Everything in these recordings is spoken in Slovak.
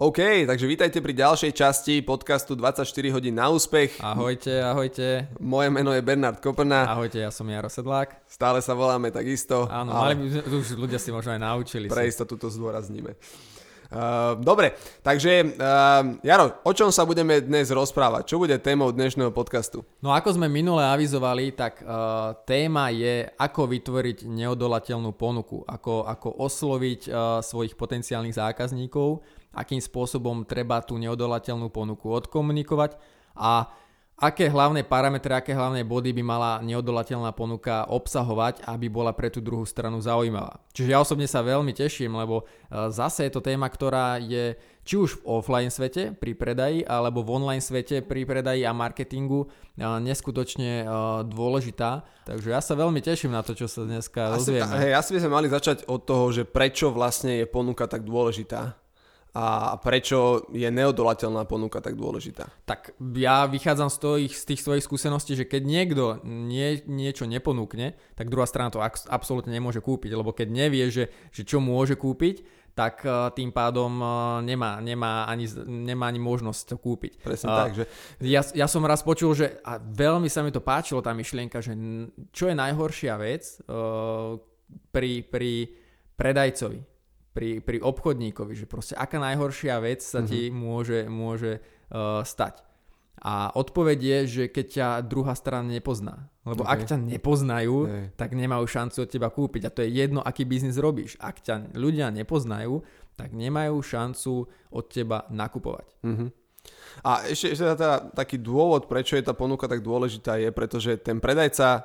OK, takže vítajte pri ďalšej časti podcastu 24 hodín na úspech. Ahojte, ahojte. Moje meno je Bernard Koprna. Ahojte, ja som Jaro Sedlák. Stále sa voláme takisto. Áno, ale už ľudia si možno aj naučili. Pre istotu to zdôrazníme. Dobre, takže Jaro, o čom sa budeme dnes rozprávať? Čo bude témou dnešného podcastu? No ako sme minule avizovali, tak téma je, ako vytvoriť neodolateľnú ponuku, ako osloviť svojich potenciálnych zákazníkov, akým spôsobom treba tú neodolateľnú ponuku odkomunikovať a aké hlavné parametre, aké hlavné body by mala neodolateľná ponuka obsahovať, aby bola pre tú druhú stranu zaujímavá. Čiže ja osobne sa veľmi teším, lebo zase je to téma, ktorá je či už v offline svete pri predaji, alebo v online svete pri predaji a marketingu neskutočne dôležitá. Takže ja sa veľmi teším na to, čo sa dneska dozvieme. Asi by sme mali začať od toho, že prečo vlastne je ponuka tak dôležitá. A prečo je neodolateľná ponuka tak dôležitá? Tak ja vychádzam z tých svojich skúseností, že keď niekto niečo neponúkne, tak druhá strana to absolútne nemôže kúpiť, lebo keď nevie, že čo môže kúpiť, tak tým pádom nemá ani možnosť to kúpiť. Presne tak, že... Ja som raz počul, že a veľmi sa mi to páčilo, tá myšlienka, že čo je najhoršia vec pri predajcovi, pri obchodníkovi, že proste aká najhoršia vec sa ti môže stať. A odpoveď je, že keď ťa druhá strana nepozná. Lebo ak ťa nepoznajú, tak nemajú šancu od teba kúpiť. A to je jedno, aký biznis robíš. Ak ťa ľudia nepoznajú, tak nemajú šancu od teba nakupovať. A ešte teda taký dôvod, prečo je tá ponuka tak dôležitá, je, pretože ten predajca...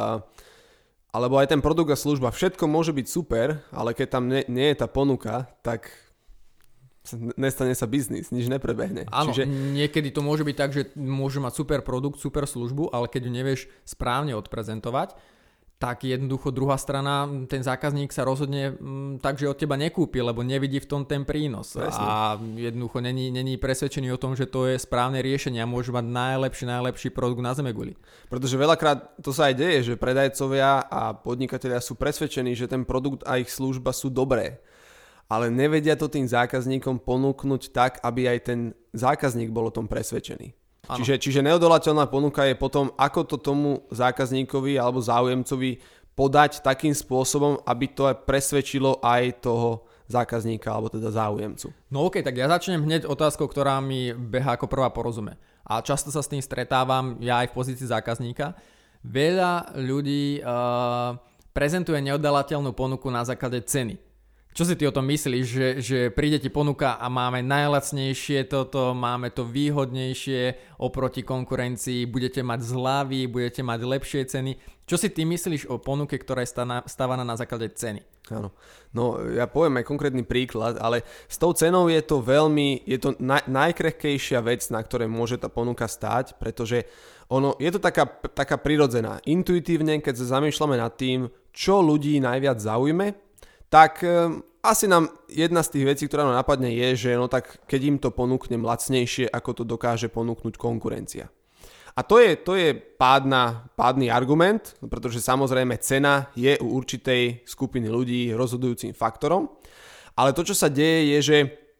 alebo aj ten produkt a služba, všetko môže byť super, ale keď tam nie je tá ponuka, tak nestane sa biznis, nič neprebehne. Áno, niekedy to môže byť tak, že môže mať super produkt, super službu, ale keď ju nevieš správne odprezentovať, tak jednoducho druhá strana, ten zákazník sa rozhodne tak, že od teba nekúpi, lebo nevidí v tom ten prínos. Presne. A jednoducho není presvedčený o tom, že to je správne riešenie a môže mať najlepší produkt na zemeguli. Pretože veľakrát to sa aj deje, že predajcovia a podnikatelia sú presvedčení, že ten produkt a ich služba sú dobré, ale nevedia to tým zákazníkom ponúknuť tak, aby aj ten zákazník bol o tom presvedčený. Čiže neodolateľná ponuka je potom, ako to tomu zákazníkovi alebo záujemcovi podať takým spôsobom, aby to aj presvedčilo aj toho zákazníka alebo teda záujemcu. No okej, tak ja začnem hneď otázkou, ktorá mi behá ako prvá porozume. A často sa s tým stretávam ja aj v pozícii zákazníka. Veľa ľudí prezentuje neodolateľnú ponuku na základe ceny. Čo si ty o tom myslíš, že príde ti ponuka a máme najlacnejšie toto, máme to výhodnejšie oproti konkurencii, budete mať zľavy, budete mať lepšie ceny. Čo si ty myslíš o ponuke, ktorá je stávaná na základe ceny? Áno, no ja poviem aj konkrétny príklad, ale s tou cenou je to najkrehkejšia vec, na ktorej môže tá ponuka stáť, pretože je to taká prirodzená. Intuitívne, keď sa zamýšľame nad tým, čo ľudí najviac zaujme, tak asi nám jedna z tých vecí, ktorá nám napadne je, že no tak keď im to ponúknem lacnejšie, ako to dokáže ponúknuť konkurencia. A to je pádny argument, pretože samozrejme cena je u určitej skupiny ľudí rozhodujúcim faktorom, ale to, čo sa deje, je, že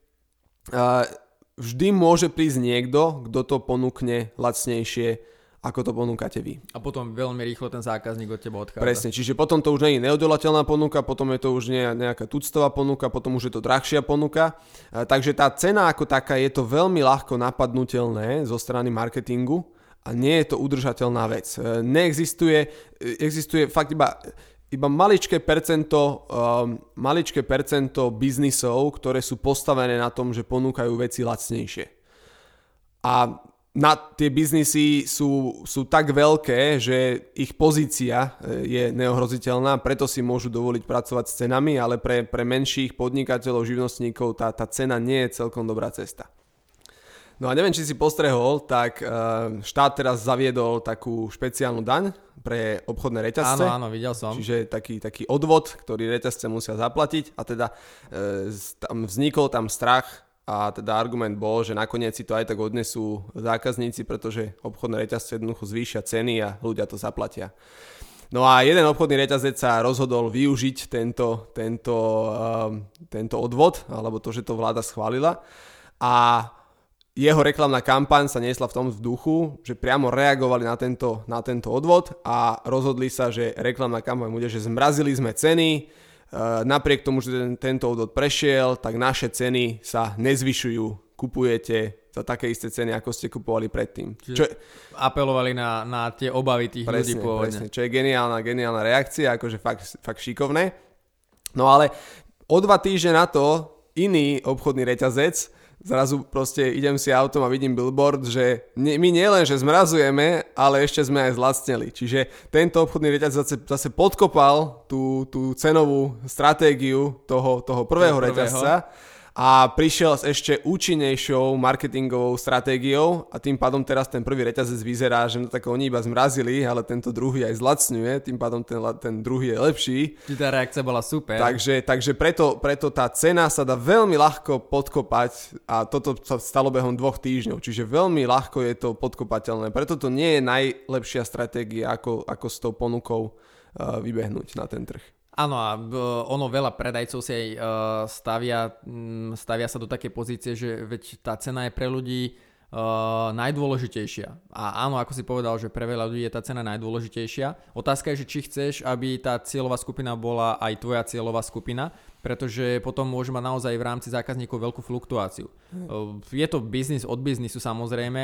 vždy môže prísť niekto, kto to ponúkne lacnejšie, ako to ponúkate vy. A potom veľmi rýchlo ten zákazník od teba odchádza. Presne, čiže potom to už nie je neodolateľná ponuka, potom je to už nejaká tuctová ponuka, potom už je to drahšia ponuka. Takže tá cena ako taká je to veľmi ľahko napadnutelné zo strany marketingu a nie je to udržateľná vec. Existuje fakt iba maličké percento biznisov, ktoré sú postavené na tom, že ponúkajú veci lacnejšie. A tie biznisy sú tak veľké, že ich pozícia je neohroziteľná, preto si môžu dovoliť pracovať s cenami, ale pre menších podnikateľov, živnostníkov tá cena nie je celkom dobrá cesta. No a neviem, či si postrehol, tak štát teraz zaviedol takú špeciálnu daň pre obchodné reťazce. Áno, videl som. Čiže taký odvod, ktorý reťazce musia zaplatiť a teda vznikol tam strach. A teda argument bol, že nakoniec si to aj tak odnesú zákazníci, pretože obchodné reťazce jednoducho zvýšia ceny a ľudia to zaplatia. No a jeden obchodný reťazec sa rozhodol využiť tento odvod, alebo to, že to vláda schválila. a jeho reklamná kampaň sa niesla v tom duchu, že priamo reagovali na tento odvod a rozhodli sa, že reklamná kampaň bude, že zmrazili sme ceny, napriek tomu, že tento odvod prešiel, tak naše ceny sa nezvyšujú, kupujete za také isté ceny, ako ste kupovali predtým. Apelovali na tie obavy tých ľudí pôvodne. Presne, čo je geniálna reakcia, akože fakt šikovné. No ale o 2 týždne na to iný obchodný reťazec, zrazu proste idem si autom a vidím billboard, že my nielen, že zmrazujeme, ale ešte sme aj zlacneli. Čiže tento obchodný reťazec zase podkopal tú cenovú stratégiu toho prvého reťazca a prišiel s ešte účinnejšou marketingovou stratégiou a tým pádom teraz ten prvý reťazec vyzerá, že no tak oni iba zmrazili, ale tento druhý aj zlacňuje, tým pádom ten druhý je lepší. Čiže tá reakcia bola super. Takže preto tá cena sa dá veľmi ľahko podkopať a toto sa stalo behom 2 týždňov, čiže veľmi ľahko je to podkopateľné. Preto to nie je najlepšia stratégia, ako s tou ponukou vybehnúť na ten trh. Áno, a ono veľa predajcov si aj stavia sa do takej pozície, že veď tá cena je pre ľudí najdôležitejšia. A áno, ako si povedal, že pre veľa ľudí je tá cena najdôležitejšia. Otázka je, že či chceš, aby tá cieľová skupina bola aj tvoja cieľová skupina, pretože potom môže mať naozaj v rámci zákazníkov veľkú fluktuáciu. Je to biznis od biznisu samozrejme,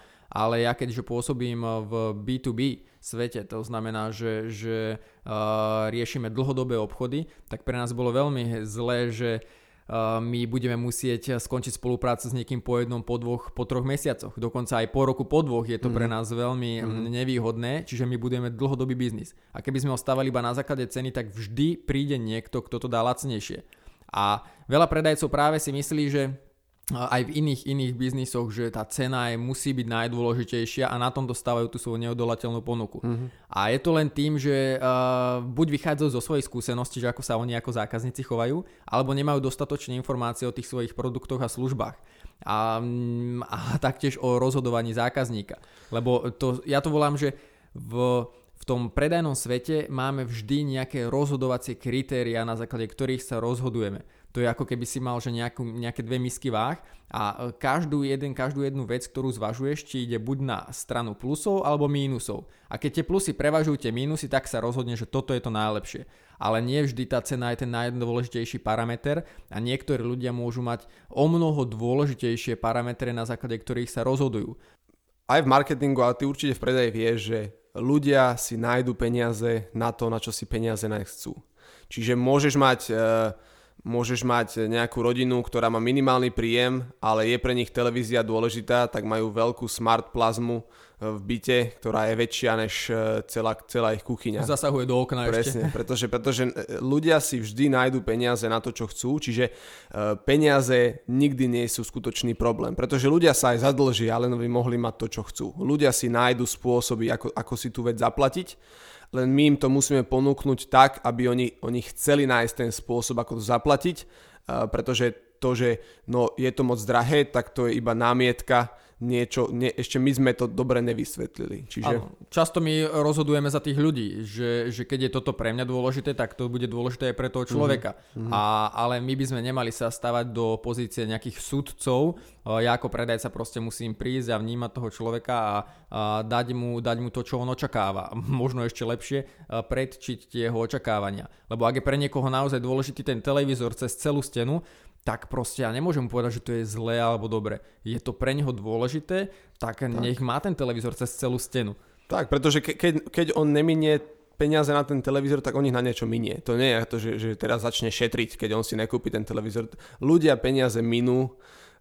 ale ja keďže pôsobím v B2B svete, to znamená, že riešime dlhodobé obchody, tak pre nás bolo veľmi zlé, že my budeme musieť skončiť spoluprácu s niekým po 1, po 2, po 3 mesiacoch. Dokonca aj po roku, po 2 je to pre nás veľmi nevýhodné, čiže my budeme dlhodobý biznis. A keby sme ho stávali iba na základe ceny, tak vždy príde niekto, kto to dá lacnejšie. A veľa predajcov práve si myslí, že aj v iných biznisoch, že tá cena musí byť najdôležitejšia a na tom dostávajú tú svoju neodolateľnú ponuku. A je to len tým, že buď vychádzajú zo svojej skúsenosti, že ako sa oni ako zákazníci chovajú, alebo nemajú dostatočné informácie o tých svojich produktoch a službách. A taktiež o rozhodovaní zákazníka. Lebo ja to volám, že v tom predajnom svete máme vždy nejaké rozhodovacie kritériá, na základe ktorých sa rozhodujeme. To je ako keby si mal že nejaké 2 misky váh a každú jednu vec, ktorú zvažuješ, či ide buď na stranu plusov alebo mínusov. A keď tie plusy prevažujú tie mínusy, tak sa rozhodne, že toto je to najlepšie. Ale nie vždy tá cena je ten najdôležitejší parameter a niektorí ľudia môžu mať o mnoho dôležitejšie parametre, na základe ktorých sa rozhodujú. Aj v marketingu, ale ty určite v predaji vieš, že ľudia si nájdu peniaze na to, na čo si peniaze chcú. Čiže môžeš mať nejakú rodinu, ktorá má minimálny príjem, ale je pre nich televízia dôležitá, tak majú veľkú smart plazmu v byte, ktorá je väčšia než celá ich kuchyňa. Zasahuje do okna. Presne, ešte. Pretože ľudia si vždy nájdu peniaze na to, čo chcú, čiže peniaze nikdy nie sú skutočný problém, pretože ľudia sa aj zadlžia, ale by mohli mať to, čo chcú. Ľudia si nájdu spôsoby, ako si tú vec zaplatiť, len my im to musíme ponúknuť tak, aby oni chceli nájsť ten spôsob, ako to zaplatiť, pretože to, že je to moc drahé, tak to je iba námietka, ešte my sme to dobre nevysvetlili. Áno, často my rozhodujeme za tých ľudí, že keď je toto pre mňa dôležité, tak to bude dôležité aj pre toho človeka. Ale my by sme nemali sa stavať do pozície nejakých sudcov. Ja ako predajca proste musím prísť a vnímať toho človeka a dať mu to, čo on očakáva. Možno ešte lepšie predčiť jeho očakávania. Lebo ak je pre niekoho naozaj dôležitý ten televízor cez celú stenu, tak proste ja nemôžem povedať, že to je zlé alebo dobre. Je to pre neho dôležité, tak nech má ten televízor cez celú stenu. Tak, pretože keď on neminie peniaze na ten televízor, tak on ich na niečo minie. To nie je to, že teraz začne šetriť, keď on si nekúpi ten televízor. Ľudia peniaze minú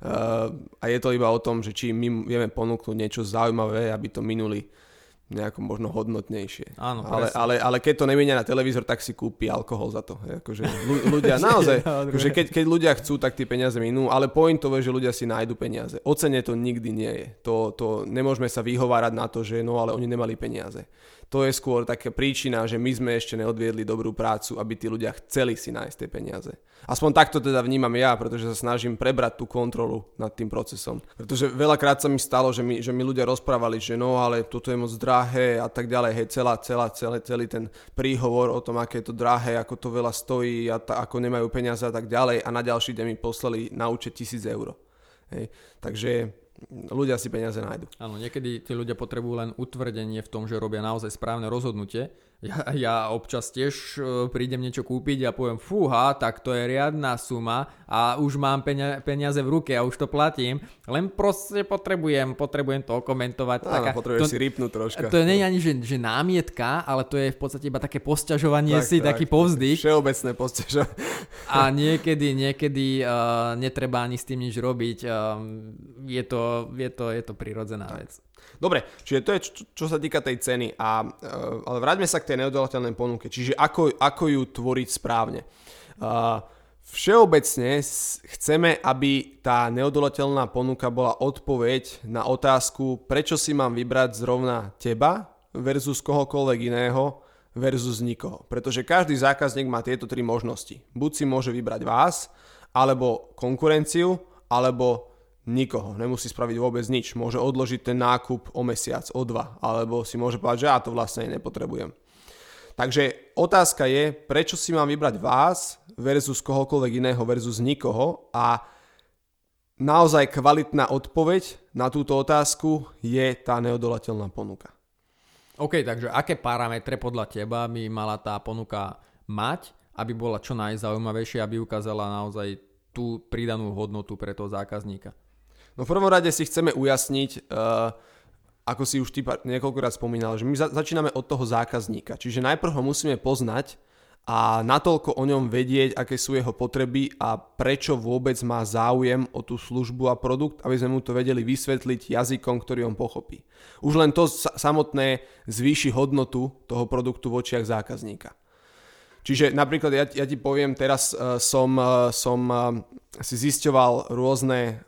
a je to iba o tom, že či my vieme ponúknuť niečo zaujímavé, aby to minuli nejako možno hodnotnejšie. Áno, ale keď to nemenia na televízor, tak si kúpi alkohol za to. Akože ľudia naozaj, akože keď ľudia chcú, tak tie peniaze minú, ale pointové, že ľudia si nájdu peniaze. O cene to nikdy nie je. To nemôžeme sa vyhovárať na to, že ale oni nemali peniaze. To je skôr taká príčina, že my sme ešte neodviedli dobrú prácu, aby tí ľudia chceli si nájsť tie peniaze. Aspoň takto teda vnímam ja, pretože sa snažím prebrať tú kontrolu nad tým procesom. Pretože veľakrát sa mi stalo, že mi ľudia rozprávali, že ale toto je moc drahé a tak ďalej. Hej, celý ten príhovor o tom, aké je to drahé, ako to veľa stojí a ako nemajú peniaze a tak ďalej. A na ďalší deň mi poslali na účet 1,000 eur. Hej. Takže ľudia si peniaze nájdu. Áno, niekedy tí ľudia potrebujú len utvrdenie v tom, že robia naozaj správne rozhodnutie. Ja občas tiež prídem niečo kúpiť a poviem, fúha, tak to je riadna suma a už mám peniaze v ruke a už to platím, len proste potrebujem to komentovať. Áno, potrebuješ si rýpnúť troška. To nie je ani, že námietka, ale to je v podstate iba také posťažovanie si, taký povzdych. Všeobecné posťažovanie. A niekedy netreba ani s tým nič robiť. Je to prirodzená vec. Dobre, čiže to je čo sa týka tej ceny, ale vráťme sa k tej neodolateľnej ponuke, čiže ako ju tvoriť správne. Všeobecne chceme, aby tá neodolateľná ponuka bola odpoveď na otázku, prečo si mám vybrať zrovna teba versus kohokoľvek iného versus nikoho. Pretože každý zákazník má tieto 3 možnosti. Buď si môže vybrať vás, alebo konkurenciu, alebo nikoho. Nemusí spraviť vôbec nič. Môže odložiť ten nákup o mesiac, o 2. Alebo si môže povedať, že ja to vlastne nepotrebujem. Takže otázka je, prečo si mám vybrať vás versus kohokoľvek iného versus nikoho a naozaj kvalitná odpoveď na túto otázku je tá neodolateľná ponuka. OK, takže aké parametre podľa teba by mala tá ponuka mať, aby bola čo najzaujímavejšia, aby ukázala naozaj tú pridanú hodnotu pre toho zákazníka? No v prvom rade si chceme ujasniť, ako si už ty niekoľkokrát spomínal, že my začíname od toho zákazníka. Čiže najprv ho musíme poznať a natoľko o ňom vedieť, aké sú jeho potreby a prečo vôbec má záujem o tú službu a produkt, aby sme mu to vedeli vysvetliť jazykom, ktorý on pochopí. Už len to samotné zvýši hodnotu toho produktu v očiach zákazníka. Čiže napríklad ja ti poviem, teraz som si zisťoval rôzne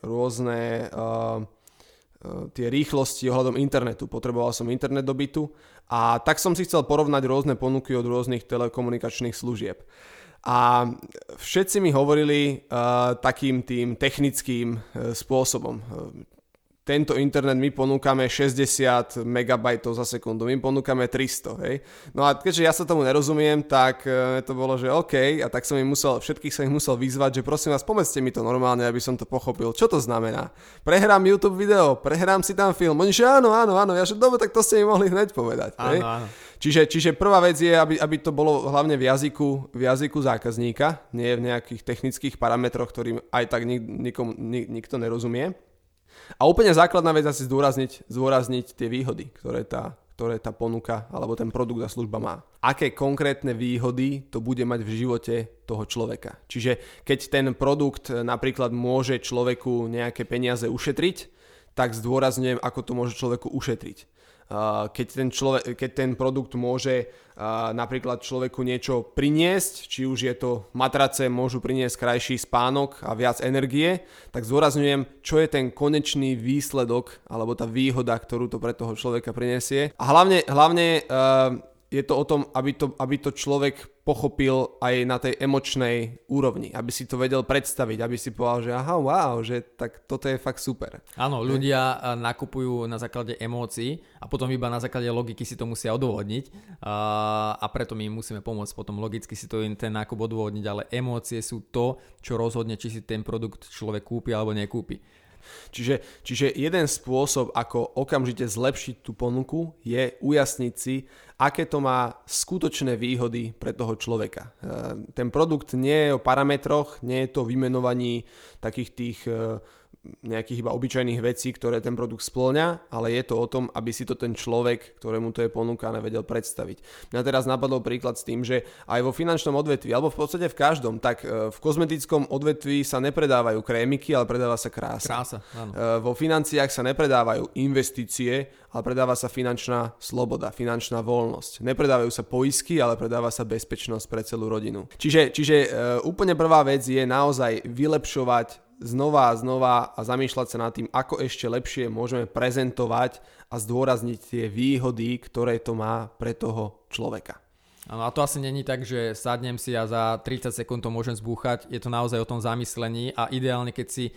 tie rýchlosti ohľadom internetu. Potreboval som internet do bytu a tak som si chcel porovnať rôzne ponuky od rôznych telekomunikačných služieb. A všetci mi hovorili takým tým technickým spôsobom. Tento internet my ponúkame 60 MB za sekundu, my ponúkame 300, hej. No a keďže ja sa tomu nerozumiem, tak to bolo, že OK, a tak som všetkých som ich musel vyzvať, že prosím vás, pomedzte mi to normálne, aby som to pochopil. Čo to znamená? Prehrám YouTube video, prehrám si tam film. Oni že áno, ja že dobre, tak to ste mi mohli hneď povedať. Hej. Áno. Čiže prvá vec je, aby to bolo hlavne v jazyku zákazníka, nie v nejakých technických parametroch, ktorým aj tak nikto nerozumie. A úplne základná vec asi zdôrazniť tie výhody, ktoré tá ponuka alebo ten produkt a služba má. Aké konkrétne výhody to bude mať v živote toho človeka. Čiže keď ten produkt napríklad môže človeku nejaké peniaze ušetriť, tak zdôrazňujem, ako to môže človeku ušetriť. Keď ten produkt môže napríklad človeku niečo priniesť, či už je to matrace, môžu priniesť krajší spánok a viac energie, tak zdôrazňujem, čo je ten konečný výsledok alebo tá výhoda, ktorú to pre toho človeka prinesie. A hlavne je to o tom, aby to človek pochopil aj na tej emočnej úrovni, aby si to vedel predstaviť, aby si povedal, že aha, wow, že tak toto je fakt super. Áno, ľudia nakupujú na základe emócií a potom iba na základe logiky si to musia odôvodniť a preto my musíme pomôcť potom logicky si to ten nákup odôvodniť, ale emócie sú to, čo rozhodne, či si ten produkt človek kúpi alebo nekúpi. Čiže jeden spôsob, ako okamžite zlepšiť tú ponuku, je ujasniť si, aké to má skutočné výhody pre toho človeka. Ten produkt nie je o parametroch, nie je to o vymenovaní takých tých nejakých iba obyčajných vecí, ktoré ten produkt spĺňa, ale je to o tom, aby si to ten človek, ktorému to je ponúkané, vedel predstaviť. Mňa teraz napadol príklad s tým, že aj vo finančnom odvetví, alebo v podstate v každom, tak v kozmetickom odvetví sa nepredávajú krémiky, ale predáva sa krása. Áno. Vo financiách sa nepredávajú investície, ale predáva sa finančná sloboda, finančná voľnosť. Nepredávajú sa poisky, ale predáva sa bezpečnosť pre celú rodinu. Čiže úplne prvá vec je naozaj vylepšovať znova a zamýšľať sa nad tým, ako ešte lepšie môžeme prezentovať a zdôrazniť tie výhody, ktoré to má pre toho človeka. Áno, a to asi není tak, že sadnem si a za 30 sekúnd to môžem zbúchať. Je to naozaj o tom zamyslení a ideálne, keď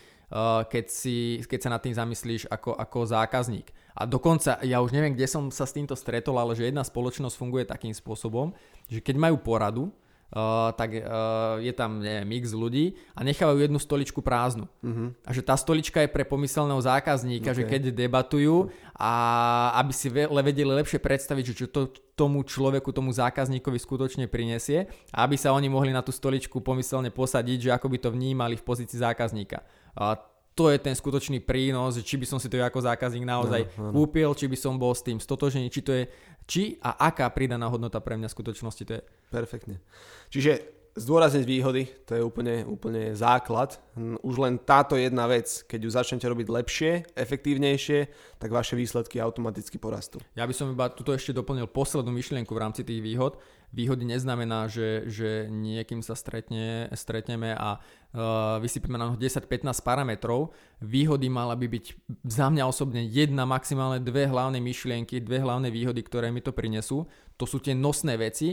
sa nad tým zamyslíš ako zákazník. A dokonca, ja už neviem, kde som sa s týmto stretol, ale že jedna spoločnosť funguje takým spôsobom, že keď majú poradu, je tam mix ľudí a nechávajú jednu stoličku prázdnu. A že tá stolička je pre pomyselného zákazníka, že keď debatujú a aby si vedeli lepšie predstaviť, že čo to tomu človeku, tomu zákazníkovi skutočne prinesie a aby sa oni mohli na tú stoličku pomyselne posadiť, že ako by to vnímali v pozícii zákazníka. To je ten skutočný prínos, či by som si to ako zákazník naozaj kúpil, či by som bol s tým stotožený, či a aká pridaná hodnota pre mňa v skutočnosti to je. Perfektne. Čiže zdôrazniť výhody, to je úplne základ. Už len táto jedna vec, keď ju začnete robiť lepšie, efektívnejšie, tak vaše výsledky automaticky porastú. Ja by som iba tuto ešte doplnil poslednú myšlienku v rámci tých výhod. Výhody neznamená, že niekým sa stretneme a vysypeme na 10-15 parametrov. Výhody mala by byť za mňa osobne jedna, maximálne dve hlavné myšlienky, dve hlavné výhody, ktoré mi to prinesú. To sú tie nosné veci,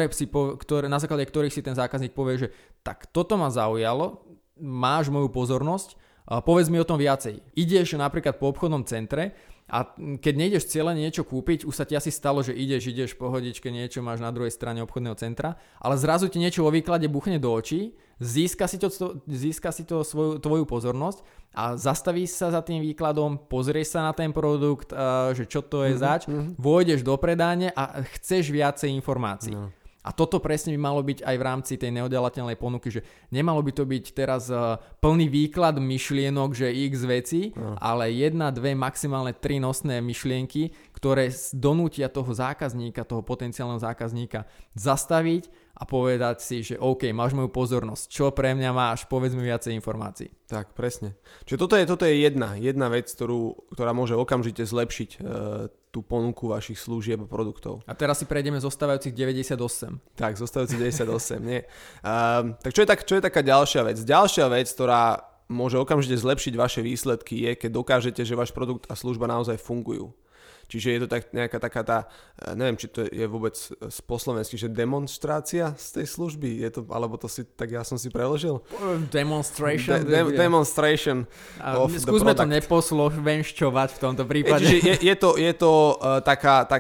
na základe ktorých si ten zákazník povie, že tak toto ma zaujalo, máš moju pozornosť, povedz mi o tom viacej. Ideš napríklad po obchodnom centre a keď nejdeš cieľene niečo kúpiť, už sa ti asi stalo, že ideš pohodičke, niečo máš na druhej strane obchodného centra, ale zrazu ti niečo vo výklade buchne do očí, získa si to tvoju pozornosť a zastavíš sa za tým výkladom, pozrieš sa na ten produkt, že čo to je zač, vôjdeš do predajne a chceš viacej informácií. No. A toto presne by malo byť aj v rámci tej neoddelateľnej ponuky, že nemalo by to byť teraz plný výklad myšlienok, že x veci, ale 1, 2, maximálne 3 nosné myšlienky, ktoré donútia toho zákazníka, toho potenciálneho zákazníka zastaviť a povedať si, že OK, máš moju pozornosť, čo pre mňa máš, povedz mi viacej informácií. Tak, presne. Čiže toto je jedna vec, ktorá môže okamžite zlepšiť tú ponuku vašich služieb a produktov. A teraz si prejdeme zostávajúcich 98. Tak, zostávajúcich 98, nie. Tak čo je taká ďalšia vec? Ďalšia vec, ktorá môže okamžite zlepšiť vaše výsledky, je, keď dokážete, že váš produkt a služba naozaj fungujú. Čiže je to nejaká taká tá, neviem, či to je vôbec po slovensky, že demonstrácia z tej služby, je to, alebo to si, tak ja som si preložil? Demonstration. Demonstration of the product. Skúsme to neposlovenšťovať v tomto prípade. Čiže je to taká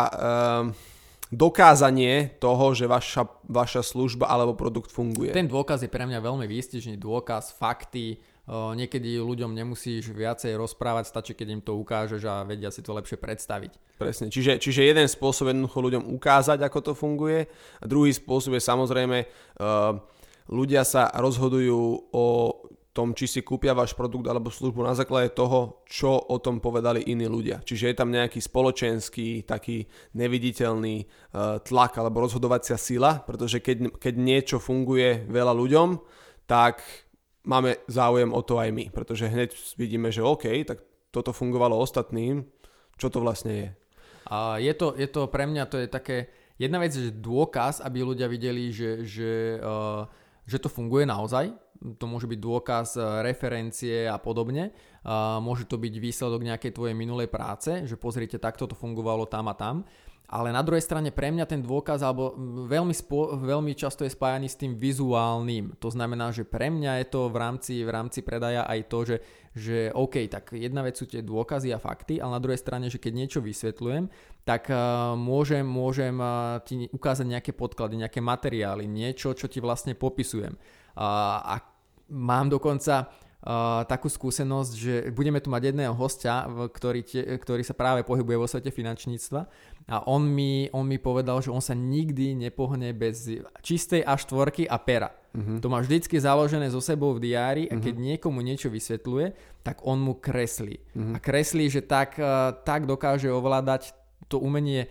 dokázanie toho, že vaša služba alebo produkt funguje. Ten dôkaz je pre mňa veľmi výstižný dôkaz, fakty. Niekedy ľuďom nemusíš viacej rozprávať, stačí, keď im to ukážeš a vedia si to lepšie predstaviť. Presne, čiže jeden spôsob jednoducho ľuďom ukázať, ako to funguje, a druhý spôsob je samozrejme, ľudia sa rozhodujú o tom, či si kúpia váš produkt alebo službu na základe toho, čo o tom povedali iní ľudia. Čiže je tam nejaký spoločenský, taký neviditeľný tlak alebo rozhodovacia sila, pretože keď niečo funguje veľa ľuďom, tak máme záujem o to aj my, pretože hneď vidíme, že OK, tak toto fungovalo ostatným, čo to vlastne je. A je to pre mňa, to je také, jedna vec, že dôkaz, aby ľudia videli, že to funguje naozaj. To môže byť dôkaz, referencie a podobne. Môže to byť výsledok nejakej tvojej minulej práce, že pozrite, takto to fungovalo tam a tam. Ale na druhej strane pre mňa ten dôkaz alebo veľmi často je spájaný s tým vizuálnym. To znamená, že pre mňa je to v rámci predaja aj to, že OK, tak jedna vec sú tie dôkazy a fakty, ale na druhej strane, že keď niečo vysvetľujem, tak môžem ti ukázať nejaké podklady, nejaké materiály, niečo, čo ti vlastne popisujem. A mám dokonca takú skúsenosť, že budeme tu mať jedného hostia, ktorý sa práve pohybuje vo svete finančníctva a on mi povedal, že on sa nikdy nepohne bez čistej A4 a pera. To má vždycky založené so sebou v diári a keď niekomu niečo vysvetľuje, tak on mu kreslí. A kreslí, že tak dokáže ovládať to umenie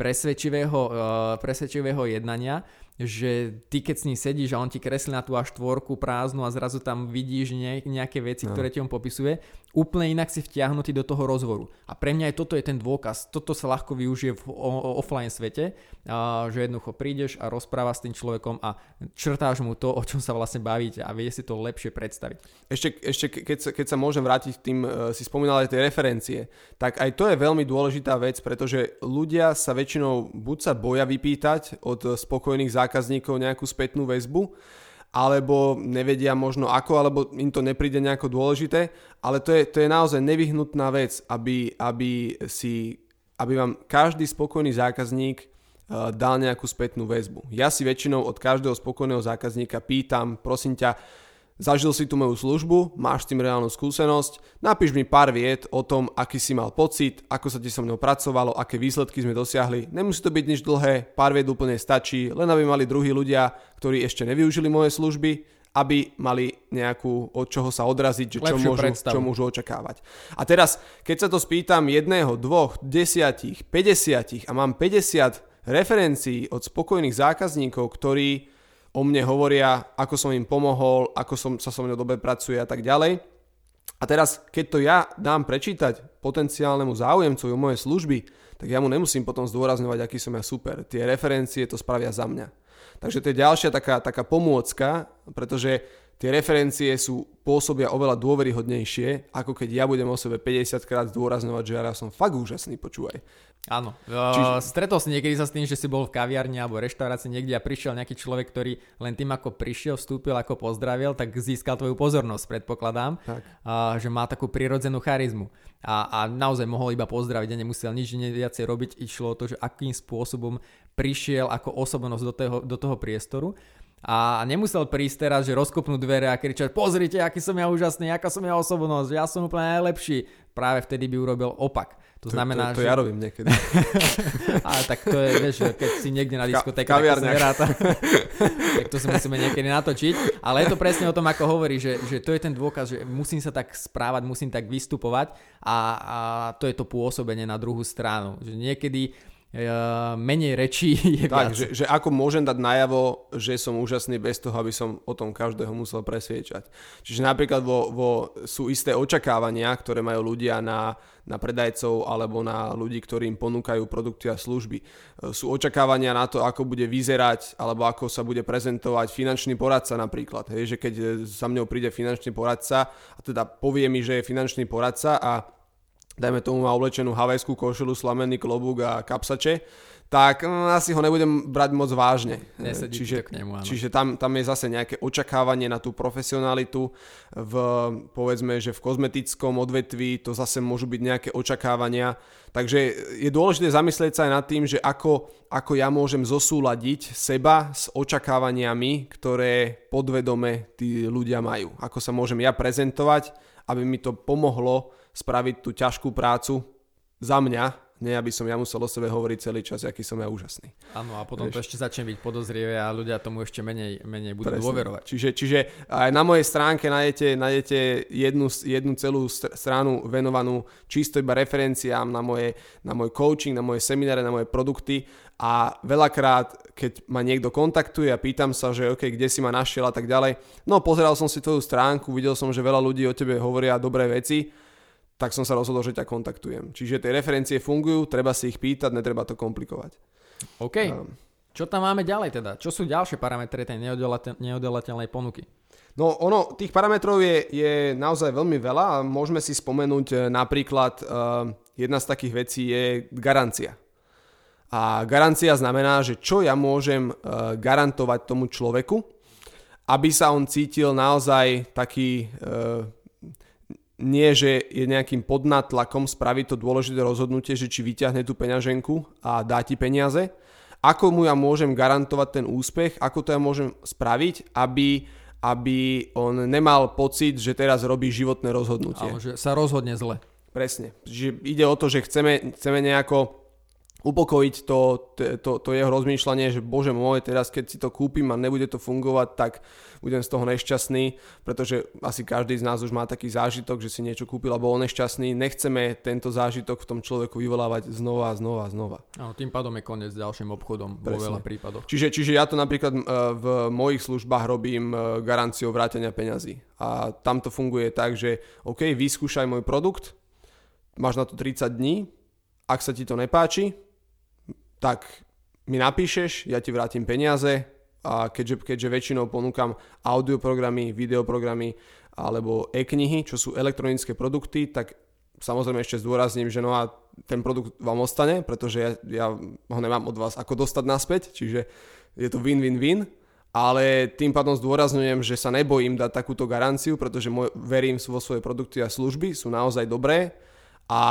presvedčivého jednania, že ty keď s ním sedíš a on ti kreslí na tú A4 prázdnu a zrazu tam vidíš nejaké veci, ktoré ti on popisuje, úplne inak si vtiahnutý do toho rozhovoru. A pre mňa aj toto je ten dôkaz. Toto sa ľahko využije v offline svete, že jednoducho prídeš a rozprávaš s tým človekom a črtáš mu to, o čom sa vlastne bavíte a vie si to lepšie predstaviť. Ešte keď sa môžem vrátiť k tým, si spomínal aj tie referencie, tak aj to je veľmi dôležitá vec, pretože ľudia sa väčšinou buď sa boja vypýtať od spokojných zákazníkov nejakú spätnú väzbu, alebo nevedia možno ako, alebo im to nepríde nejako dôležité, ale to je naozaj nevyhnutná vec, aby vám každý spokojný zákazník dal nejakú spätnú väzbu. Ja si väčšinou od každého spokojného zákazníka pýtam, prosím ťa, zažil si tú moju službu, máš s tým reálnu skúsenosť, napíš mi pár viet o tom, aký si mal pocit, ako sa ti so mnou pracovalo, aké výsledky sme dosiahli. Nemusí to byť nič dlhé, pár viet úplne stačí, len aby mali druhí ľudia, ktorí ešte nevyužili moje služby, aby mali nejakú od čoho sa odraziť, že čo môžu očakávať. A teraz, keď sa to spýtam 1, 2, 10, 50 a mám 50 referencií od spokojných zákazníkov, ktorí o mne hovoria, ako som im pomohol, ako sa so mnou dobre pracuje a tak ďalej. A teraz, keď to ja dám prečítať potenciálnemu záujemcovi o moje služby, tak ja mu nemusím potom zdôrazňovať, aký som ja super. Tie referencie to spravia za mňa. Takže to je ďalšia taká pomôcka, pretože tie referencie pôsobia oveľa dôveryhodnejšie, ako keď ja budem o sebe 50 krát zdôrazňovať, že ja som fakt úžasný, počúvaj. Áno, stretol si niekedy sa s tým, že si bol v kaviarni alebo reštaurácii niekde a prišiel nejaký človek, ktorý len tým ako prišiel, vstúpil, ako pozdravil, tak získal tvoju pozornosť, predpokladám, že má takú prirodzenú charizmu a naozaj mohol iba pozdraviť a nemusel nič viacej robiť, išlo o to, že akým spôsobom prišiel ako osobnosť do toho priestoru. A nemusel prísť teraz, že rozkopnú dvere a kričať, pozrite, aký som ja úžasný, aká som ja osobnosť, ja som úplne najlepší. Práve vtedy by urobil opak. To znamená, to ja robím niekedy. Ale tak to je, vieš, keď si niekde na diskotéke, tak to sa neráta. Tak to si musíme niekedy natočiť. Ale je to presne o tom, ako hovorí, že to je ten dôkaz, že musím sa tak správať, musím tak vystupovať a to je to pôsobenie na druhú stranu. Že niekedy menej rečí je tak, viac. Že ako môžem dať najavo, že som úžasný bez toho, aby som o tom každého musel presviečať. Čiže napríklad sú isté očakávania, ktoré majú ľudia na predajcov alebo na ľudí, ktorí im ponúkajú produkty a služby. Sú očakávania na to, ako bude vyzerať alebo ako sa bude prezentovať finančný poradca napríklad. Hej, že keď za mňou príde finančný poradca a teda povie mi, že je finančný poradca a dajme tomu má oblečenú havajskú košelu, slamenný klobúk a kapsače, tak asi ho nebudem brať moc vážne. Čiže tam je zase nejaké očakávanie na tú profesionalitu. Povedzme, že v kozmetickom odvetví to zase môžu byť nejaké očakávania. Takže je dôležité zamyslieť sa aj nad tým, že ako ja môžem zosúladiť seba s očakávaniami, ktoré podvedome tí ľudia majú. Ako sa môžem ja prezentovať, aby mi to pomohlo spraviť tú ťažkú prácu za mňa, nie aby som ja musel o sebe hovoriť celý čas, aký som ja úžasný. Áno, a potom to ešte začne byť podozrivé a ľudia tomu ešte menej budú dôverovať. Čiže aj na mojej stránke nájdete jednu celú stranu venovanú čisto iba referenciám na môj coaching, na moje semináre, na moje produkty a veľakrát, keď ma niekto kontaktuje a pýtam sa, že OK, kde si ma našiel a tak ďalej, no pozeral som si tvoju stránku, videl som, že veľa ľudí o tebe hovoria dobré veci, tak som sa rozhodol, že ťa kontaktujem. Čiže tie referencie fungujú, treba si ich pýtať, netreba to komplikovať. OK. Čo tam máme ďalej teda? Čo sú ďalšie parametre tej neodolateľnej ponuky? No tých parametrov je naozaj veľmi veľa a môžeme si spomenúť napríklad jedna z takých vecí je garancia. A garancia znamená, že čo ja môžem garantovať tomu človeku, aby sa on cítil naozaj taký nie, že je nejakým podnátlakom spraviť to dôležité rozhodnutie, že či vyťahne tú peňaženku a dá ti peniaze. Ako mu ja môžem garantovať ten úspech, ako to ja môžem spraviť, aby on nemal pocit, že teraz robí životné rozhodnutie. Ale že sa rozhodne zle. Presne. Čiže ide o to, že chceme nejako upokojiť to jeho rozmýšľanie, že bože môj, teraz keď si to kúpim a nebude to fungovať, tak budem z toho nešťastný, pretože asi každý z nás už má taký zážitok, že si niečo kúpil a bol nešťastný. Nechceme tento zážitok v tom človeku vyvolávať znova a znova a znova. Áno, tým pádom je koniec s ďalším obchodom vo veľa prípadoch. Čiže ja to napríklad v mojich službách robím garanciou vrátenia peňazí. A tam to funguje tak, že OK, vyskúšaj môj produkt, máš na to 30 dní, ak sa ti to nepáči, tak mi napíšeš, ja ti vrátim peniaze a keďže väčšinou ponúkam audioprogramy, videoprogramy alebo e-knihy, čo sú elektronické produkty, tak samozrejme ešte zdôrazním, že no a ten produkt vám ostane, pretože ja ho nemám od vás ako dostať naspäť, čiže je to win-win-win, ale tým pádom zdôrazňujem, že sa nebojím dať takúto garanciu, pretože verím vo svoje produkty a služby, sú naozaj dobré a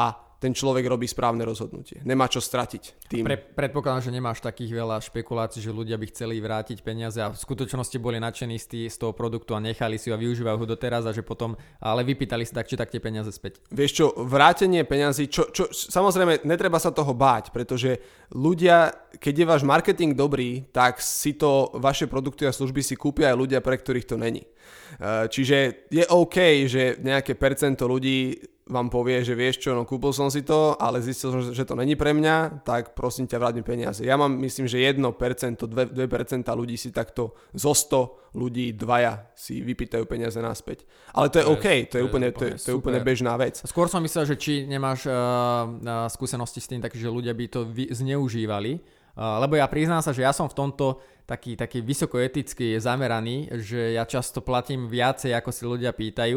ten človek robí správne rozhodnutie. Nemá čo stratiť tým. Predpokladám, že nemáš takých veľa špekulácií, že ľudia by chceli vrátiť peniaze a v skutočnosti boli nadšení z toho produktu a nechali si ho a využívajú ho doteraz a že potom ale vypýtali si tak či tak tie peniaze späť. Vieš čo, vrátenie peňazí, samozrejme netreba sa toho báť, pretože ľudia, keď je váš marketing dobrý, tak si to vaše produkty a služby si kúpia aj ľudia, pre ktorých to není. Čiže je OK, že nejaké percento ľudí vám povie, že vieš čo, no kúpil som si to, ale zistil som, že to není pre mňa, tak prosím ťa vráť mi peniaze. Ja mám, myslím, že 1%, 2% ľudí si takto zo 100 ľudí 2 si vypýtajú peniaze naspäť. Ale to je OK, to je úplne bežná vec. Skôr som myslel, že či nemáš skúsenosti s tým, že ľudia by to zneužívali, lebo ja priznám sa, že ja som v tomto taký vysokoetický zameraný, že ja často platím viacej, ako si ľudia pýtajú.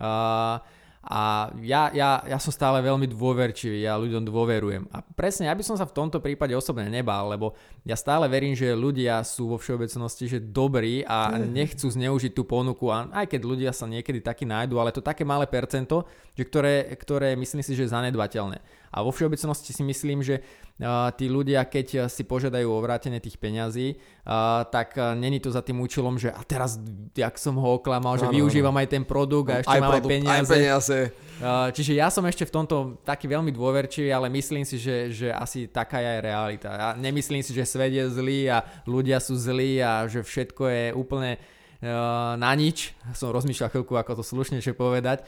A ja som stále veľmi dôverčivý, ja ľuďom dôverujem. A presne, ja by som sa v tomto prípade osobne nebál, lebo ja stále verím, že ľudia sú vo všeobecnosti že dobrí a nechcú zneužiť tú ponuku. A aj keď ľudia sa niekedy takí nájdu, ale to také malé percento, že ktoré myslím si, že je zanedbateľné. A vo všeobecnosti si myslím, že tí ľudia, keď si požiadajú o vrátenie tých peňazí, tak není to za tým účelom, že a teraz, jak som ho oklamal, že využívam aj ten produkt a ešte mám aj peniaze. Čiže ja som ešte v tomto taký veľmi dôverčivý, ale myslím si, že asi taká je realita. Ja nemyslím si, že svet je zlý a ľudia sú zlí a že všetko je úplne na nič. Som rozmýšľal chvíľku, ako to slušnejšie povedať.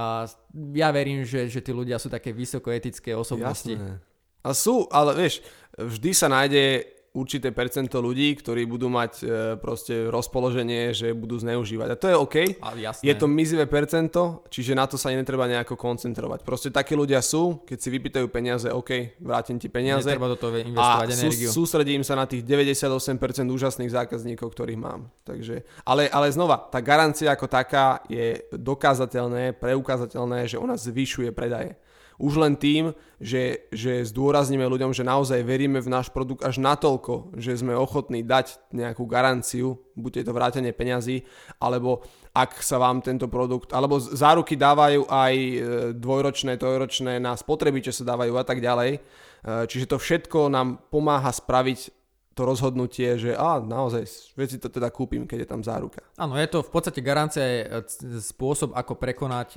Ja verím, že tí ľudia sú také vysokoetické osobnosti. Jasné. A sú, ale vieš, vždy sa nájde určité percento ľudí, ktorí budú mať proste rozpoloženie, že budú zneužívať. A to je OK. Je to mizivé percento, čiže na to sa netreba nejako koncentrovať. Proste takí ľudia sú, keď si vypýtajú peniaze, OK, vrátim ti peniaze. Netreba do toho investovať energiu. A sústredím sa na tých 98% úžasných zákazníkov, ktorých mám. Takže, ale znova, tá garancia ako taká je dokázateľné, preukázateľné, že ona zvyšuje predaje. Už len tým, že zdôrazníme ľuďom, že naozaj veríme v náš produkt až natoľko, že sme ochotní dať nejakú garanciu, buď je to vrátenie peňazí, alebo ak sa vám tento produkt, alebo záruky dávajú aj dvojročné, trojročné, na spotrebiče sa dávajú a tak ďalej. Čiže to všetko nám pomáha spraviť to rozhodnutie, že naozaj veci to teda kúpim, keď je tam záruka. Áno, je to v podstate garancia, spôsob, ako prekonať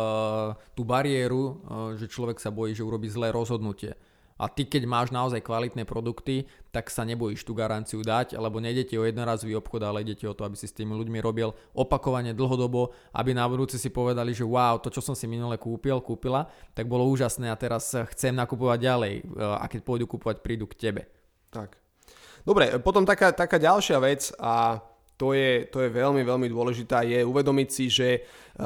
tú bariéru, že človek sa bojí, že urobí zlé rozhodnutie. A ty, keď máš naozaj kvalitné produkty, tak sa nebojíš tú garanciu dať, lebo nejde ti o jednorazový obchod, ale ide ti o to, aby si s tými ľuďmi robil opakovane dlhodobo, aby na budúce si povedali, že wow, to, čo som si minule kúpila, tak bolo úžasné a teraz chcem nakupovať ďalej a keď pôjdu kúpovať, prídu k tebe. Tak. Dobre, potom taká ďalšia vec a to je veľmi, veľmi dôležitá, je uvedomiť si, že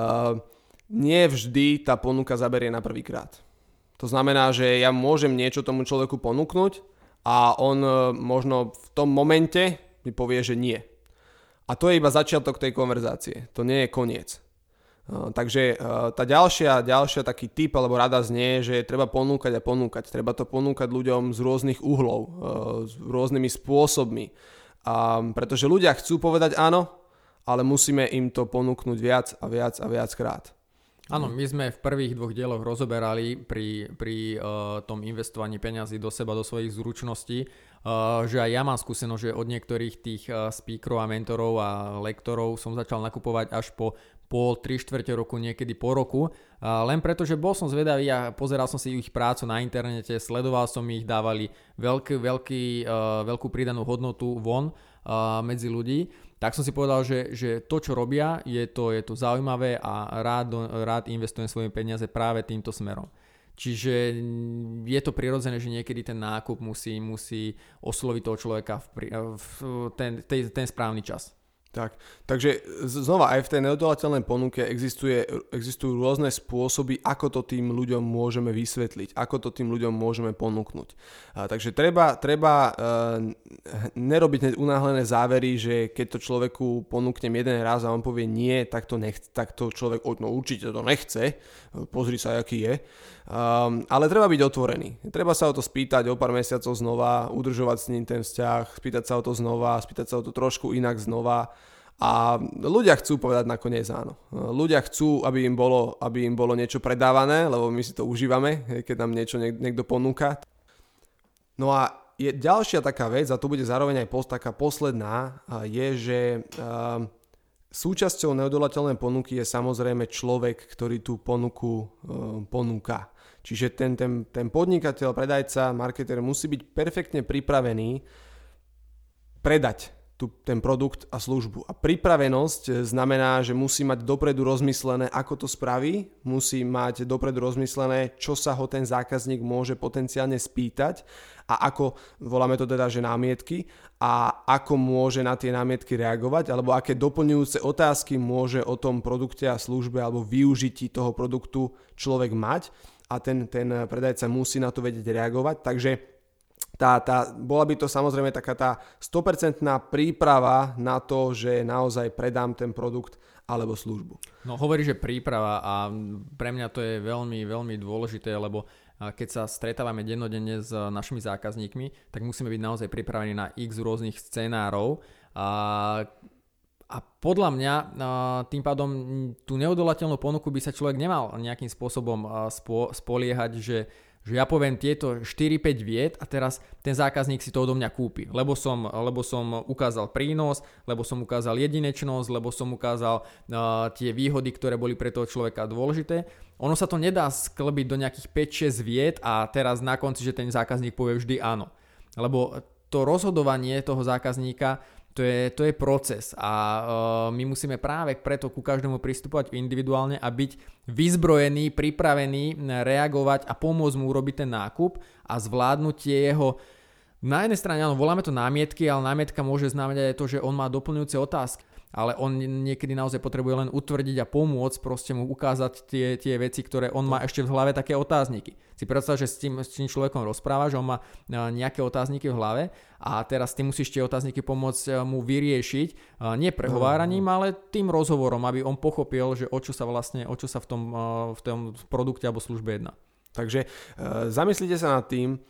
nie vždy tá ponuka zaberie na prvýkrát. To znamená, že ja môžem niečo tomu človeku ponúknuť a on možno v tom momente mi povie, že nie. A to je iba začiatok tej konverzácie, to nie je koniec. Takže tá ďalšia taký tip alebo rada znie, že treba ponúkať a ponúkať. Treba to ponúkať ľuďom z rôznych uhlov, s rôznymi spôsobmi. Pretože ľudia chcú povedať áno, ale musíme im to ponúknuť viac a viac a viac krát. Áno, my sme v prvých 2 dieloch rozoberali pri tom investovaní peňazí do seba, do svojich zručností, že aj ja mám skúsenosť, že od niektorých tých speakerov a mentorov a lektorov som začal nakupovať až po pol, 3/4 roku, niekedy po roku, len preto, že bol som zvedavý a pozeral som si ich prácu na internete, sledoval som ich, dávali veľkú pridanú hodnotu von medzi ľudí, tak som si povedal, že to, čo robia, je to zaujímavé a rád investujem svoje peniaze práve týmto smerom. Čiže je to prirodzené, že niekedy ten nákup musí osloviť toho človeka v ten správny čas. Takže znova aj v tej neodolateľnej ponuke existujú rôzne spôsoby, ako to tým ľuďom môžeme vysvetliť, ako to tým ľuďom môžeme ponúknuť. Takže treba nerobiť unáhlené závery, že keď to človeku ponúknem jeden raz a on povie nie, tak to človek určite to nechce, pozri sa, aký je. Ale treba byť otvorený. Treba sa o to spýtať o pár mesiacov znova, udržovať s ním ten vzťah, spýtať sa o to znova, spýtať sa o to trošku inak znova A ľudia chcú povedať nakoniec áno. Ľudia chcú, aby im bolo niečo predávané, lebo my si to užívame, keď nám niečo niekto ponúka. No a je ďalšia taká vec, a tu bude zároveň aj taká posledná, je, že súčasťou neodolateľnej ponuky je samozrejme človek, ktorý tú ponuku ponúka. Čiže ten podnikateľ, predajca, marketer musí byť perfektne pripravený predať ten produkt a službu. A pripravenosť znamená, že musí mať dopredu rozmyslené, ako to spraví, musí mať dopredu rozmyslené, čo sa ho ten zákazník môže potenciálne spýtať a ako, voláme to teda, že námietky, a ako môže na tie námietky reagovať, alebo aké doplňujúce otázky môže o tom produkte a službe alebo využití toho produktu človek mať, a ten predajca musí na to vedieť reagovať. Takže bola by to samozrejme taká tá 100% príprava na to, že naozaj predám ten produkt alebo službu. No hovorí, že príprava, a pre mňa to je veľmi, veľmi dôležité, lebo keď sa stretávame dennodenne s našimi zákazníkmi, tak musíme byť naozaj pripravení na x rôznych scenárov. A podľa mňa tým pádom tú neodolateľnú ponuku by sa človek nemal nejakým spôsobom spoliehať, že ja poviem tieto 4-5 vied a teraz ten zákazník si to odo mňa kúpi, lebo som ukázal prínos, lebo som ukázal jedinečnosť, lebo som ukázal tie výhody, ktoré boli pre toho človeka dôležité. Ono sa to nedá sklbiť do nejakých 5-6 vied a teraz na konci, že ten zákazník povie vždy áno. Lebo to rozhodovanie toho zákazníka, to je proces a my musíme práve preto ku každému pristupovať individuálne a byť vyzbrojený, pripravený reagovať a pomôcť mu urobiť ten nákup a zvládnuť tie jeho, na jednej strane áno, voláme to námietky, ale námietka môže znamenať aj to, že on má doplňujúce otázky. Ale on niekedy naozaj potrebuje len utvrdiť a pomôcť, proste mu ukázať tie veci, ktoré on má ešte v hlave, také otázniky. Si predstav, že s tým človekom rozpráva, že on má nejaké otázniky v hlave a teraz ty musíš tie otázniky pomôcť mu vyriešiť, nie prehováraním, ale tým rozhovorom, aby on pochopil, že o čo sa v tom produkte alebo službe jedná. Takže zamyslite sa nad tým,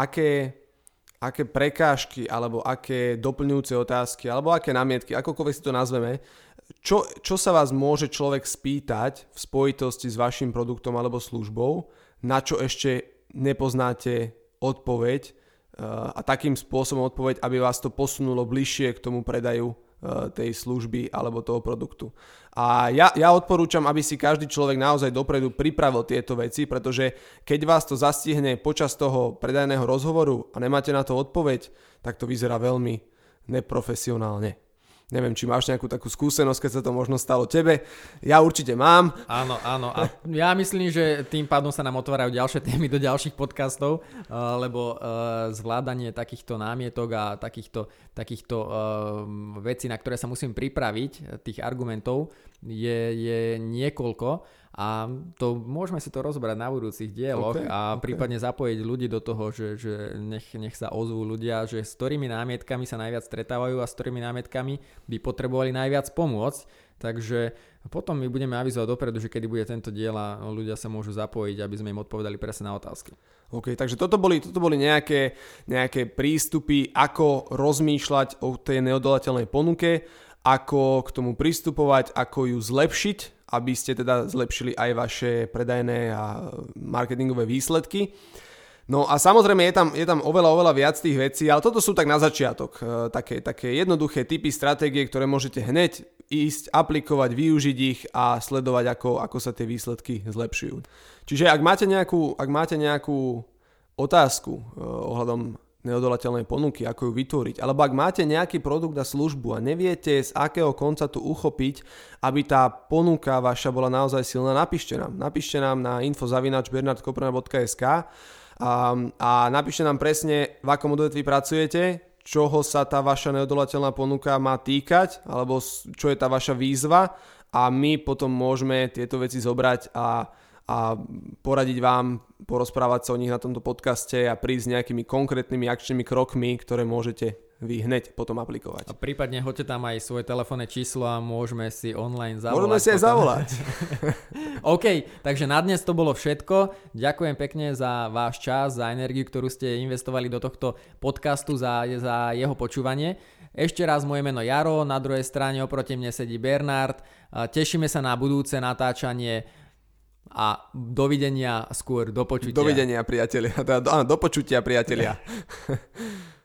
aké prekážky alebo aké doplňujúce otázky alebo aké námietky, akokoľvek si to nazveme, čo sa vás môže človek spýtať v spojitosti s vašim produktom alebo službou, na čo ešte nepoznáte odpoveď a takým spôsobom odpoveď, aby vás to posunulo bližšie k tomu predaju tej služby alebo toho produktu. A ja odporúčam, aby si každý človek naozaj dopredu pripravil tieto veci, pretože keď vás to zastihne počas toho predajného rozhovoru a nemáte na to odpoveď, tak to vyzerá veľmi neprofesionálne. Neviem, či máš nejakú takú skúsenosť, keď sa to možno stalo tebe. Ja určite mám. Áno. A ja myslím, že tým pádom sa nám otvárajú ďalšie témy do ďalších podcastov, lebo zvládanie takýchto námietok a takýchto vecí, na ktoré sa musím pripraviť, tých argumentov, je niekoľko. A to môžeme si to rozbrať na budúcich dieloch a prípadne zapojiť ľudí do toho, že nech sa ozvú ľudia, že s ktorými námietkami sa najviac stretávajú a s ktorými námietkami by potrebovali najviac pomôcť. Takže potom my budeme avizovať dopredu, že kedy bude tento diel a ľudia sa môžu zapojiť, aby sme im odpovedali presne na otázky. OK, takže toto boli nejaké prístupy, ako rozmýšľať o tej neodolateľnej ponuke, ako k tomu pristupovať, ako ju zlepšiť, aby ste teda zlepšili aj vaše predajné a marketingové výsledky. No a samozrejme je tam oveľa viac tých vecí, ale toto sú tak na začiatok. Také jednoduché typy stratégie, ktoré môžete hneď ísť, aplikovať, využiť ich a sledovať, ako sa tie výsledky zlepšujú. Čiže ak máte nejakú otázku ohľadom neodolateľnej ponuky, ako ju vytvoriť, alebo ak máte nejaký produkt a službu a neviete z akého konca tu uchopiť, aby tá ponuka vaša bola naozaj silná, napíšte nám na info@bernardkoprna.sk a napíšte nám presne, v akom odvetví pracujete, čoho sa tá vaša neodolateľná ponuka má týkať, alebo čo je tá vaša výzva, a my potom môžeme tieto veci zobrať a poradiť vám, porozprávať sa o nich na tomto podcaste a prísť s nejakými konkrétnymi akčnými krokmi, ktoré môžete vy hneď potom aplikovať. A prípadne hoďte tam aj svoje telefónne číslo a môžeme si online zavolať. Môžeme si aj zavolať. OK, takže na dnes to bolo všetko. Ďakujem pekne za váš čas, za energiu, ktorú ste investovali do tohto podcastu, za jeho počúvanie. Ešte raz, moje meno Jaro, na druhej strane oproti mne sedí Bernard. Tešíme sa na budúce natáčanie a dovidenia, skôr do počutia. Dovidenia, priatelia. Do počutia, priatelia.